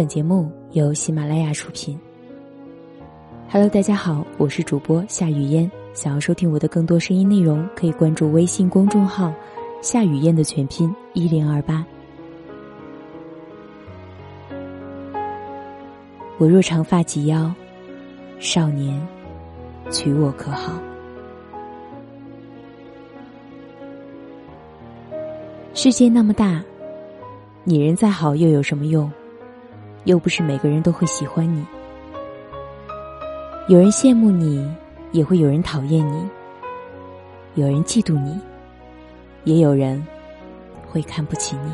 本节目由喜马拉雅出品。Hello， 大家好，我是主播夏雨嫣。想要收听我的更多声音内容，可以关注微信公众号夏雨嫣的全拼1028。我若长发及腰，少年娶我可好？世界那么大，你人再好又有什么用？又不是每个人都会喜欢你。有人羡慕你，也会有人讨厌你；有人嫉妒你，也有人会看不起你。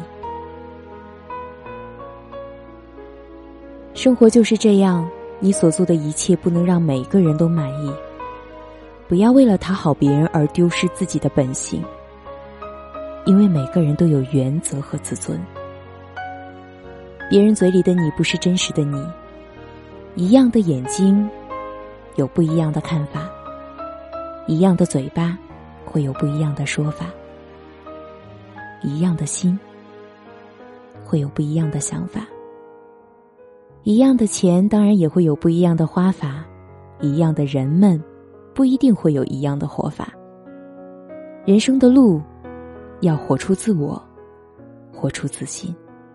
生活就是这样，你所做的一切不能让每个人都满意。不要为了讨好别人而丢失自己的本性，因为每个人都有原则和自尊。别人嘴里的你不是真实的你，一样的眼睛有不一样的看法，一样的嘴巴会有不一样的说法，一样的心会有不一样的想法，一样的钱当然也会有不一样的花法，一样的人们不一定会有一样的活法。人生的路要活出自我，活出自信。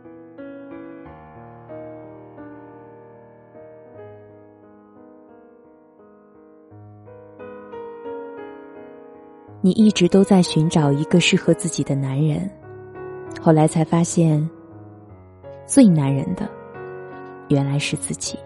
你一直都在寻找一个适合自己的男人，后来才发现，最男人的原来是自己。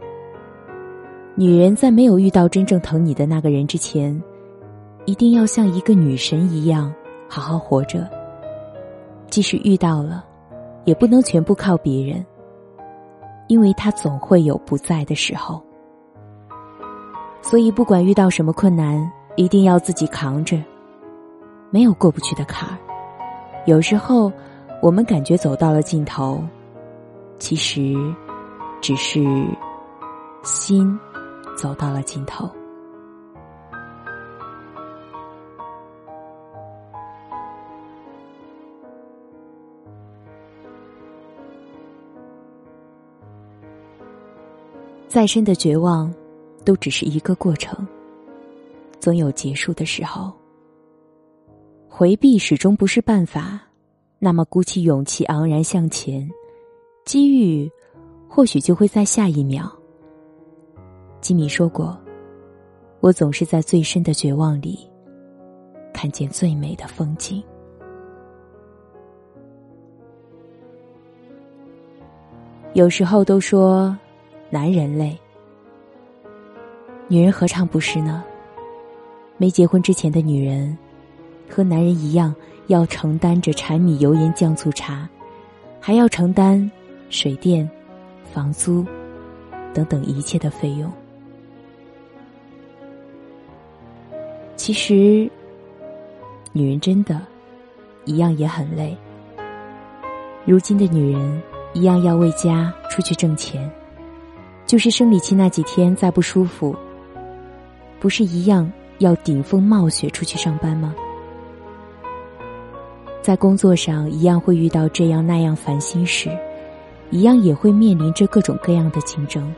女人在没有遇到真正疼你的那个人之前，一定要像一个女神一样好好活着。即使遇到了，也不能全部靠别人，因为他总会有不在的时候。所以不管遇到什么困难，一定要自己扛着，没有过不去的坎儿。有时候我们感觉走到了尽头，其实只是心走到了尽头。再深的绝望都只是一个过程，总有结束的时候。回避始终不是办法，那么鼓起勇气昂然向前，机遇或许就会在下一秒。吉米说过，我总是在最深的绝望里看见最美的风景。有时候都说男人累，女人何尝不是呢？没结婚之前的女人和男人一样，要承担着柴米油盐酱醋茶，还要承担水电、房租等等一切的费用。其实女人真的一样也很累。如今的女人一样要为家出去挣钱，就是生理期那几天再不舒服，不是一样要顶风冒雪出去上班吗？在工作上一样会遇到这样那样烦心事，一样也会面临着各种各样的竞争。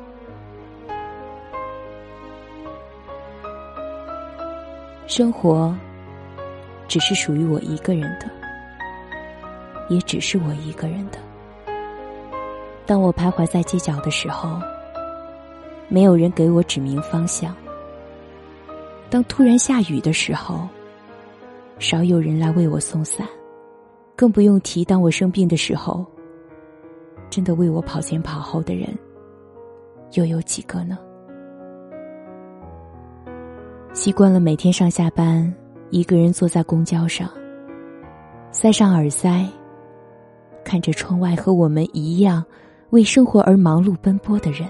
生活只是属于我一个人的，也只是我一个人的。当我徘徊在街角的时候，没有人给我指明方向。当突然下雨的时候，少有人来为我送伞，更不用提当我生病的时候，真的为我跑前跑后的人又有几个呢？习惯了每天上下班一个人坐在公交上，塞上耳塞，看着窗外和我们一样为生活而忙碌奔波的人，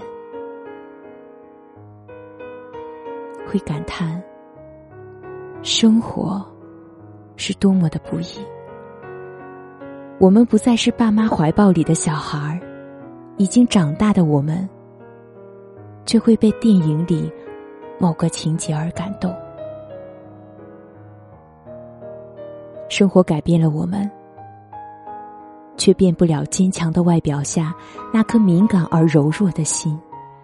会感叹生活是多么的不易。我们不再是爸妈怀抱里的小孩，已经长大的我们却会被电影里某个情节而感动。生活改变了我们， 却变不了坚强的外表下那颗敏感而柔弱的心。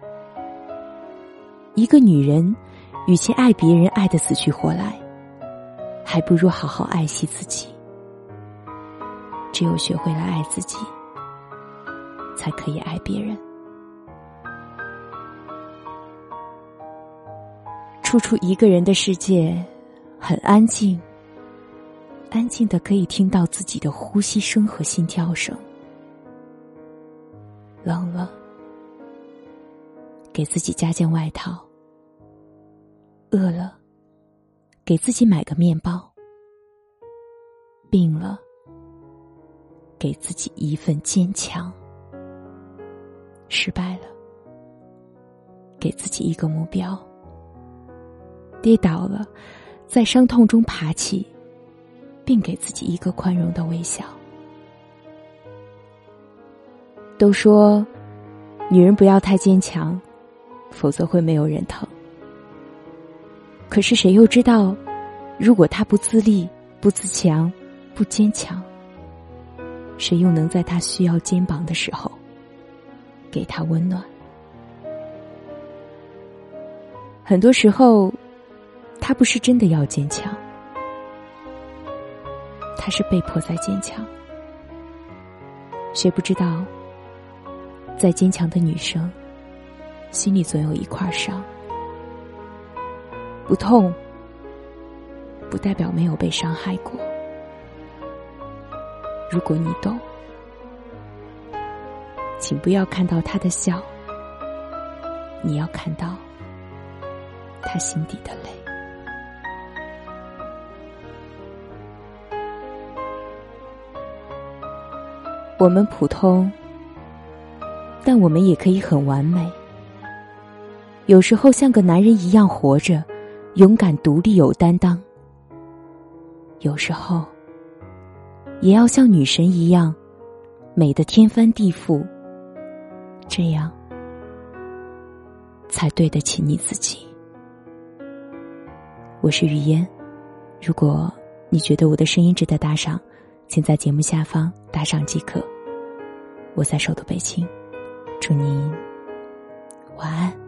一个女人，与其爱别人爱得死去活来，还不如好好爱惜自己。只有学会了爱自己，才可以爱别人。处处一个人的世界很安静，安静的可以听到自己的呼吸声和心跳声。冷了，给自己加件外套；饿了，给自己买个面包；病了，给自己一份坚强；失败了，给自己一个目标；跌倒了，在伤痛中爬起，并给自己一个宽容的微笑。都说女人不要太坚强，否则会没有人疼。可是谁又知道，如果她不自立、不自强、不坚强，谁又能在她需要肩膀的时候给她温暖？很多时候，她不是真的要坚强，她是被迫在坚强。谁不知道，再坚强的女生心里总有一块伤，不痛不代表没有被伤害过。如果你懂，请不要看到她的笑，你要看到她心底的泪。我们普通，但我们也可以很完美。有时候像个男人一样活着，勇敢独立有担当；有时候也要像女神一样美得天翻地覆，这样才对得起你自己。我是雨嫣，如果你觉得我的声音值得打赏，请在节目下方打赏即可。我在首都北京，祝您晚安。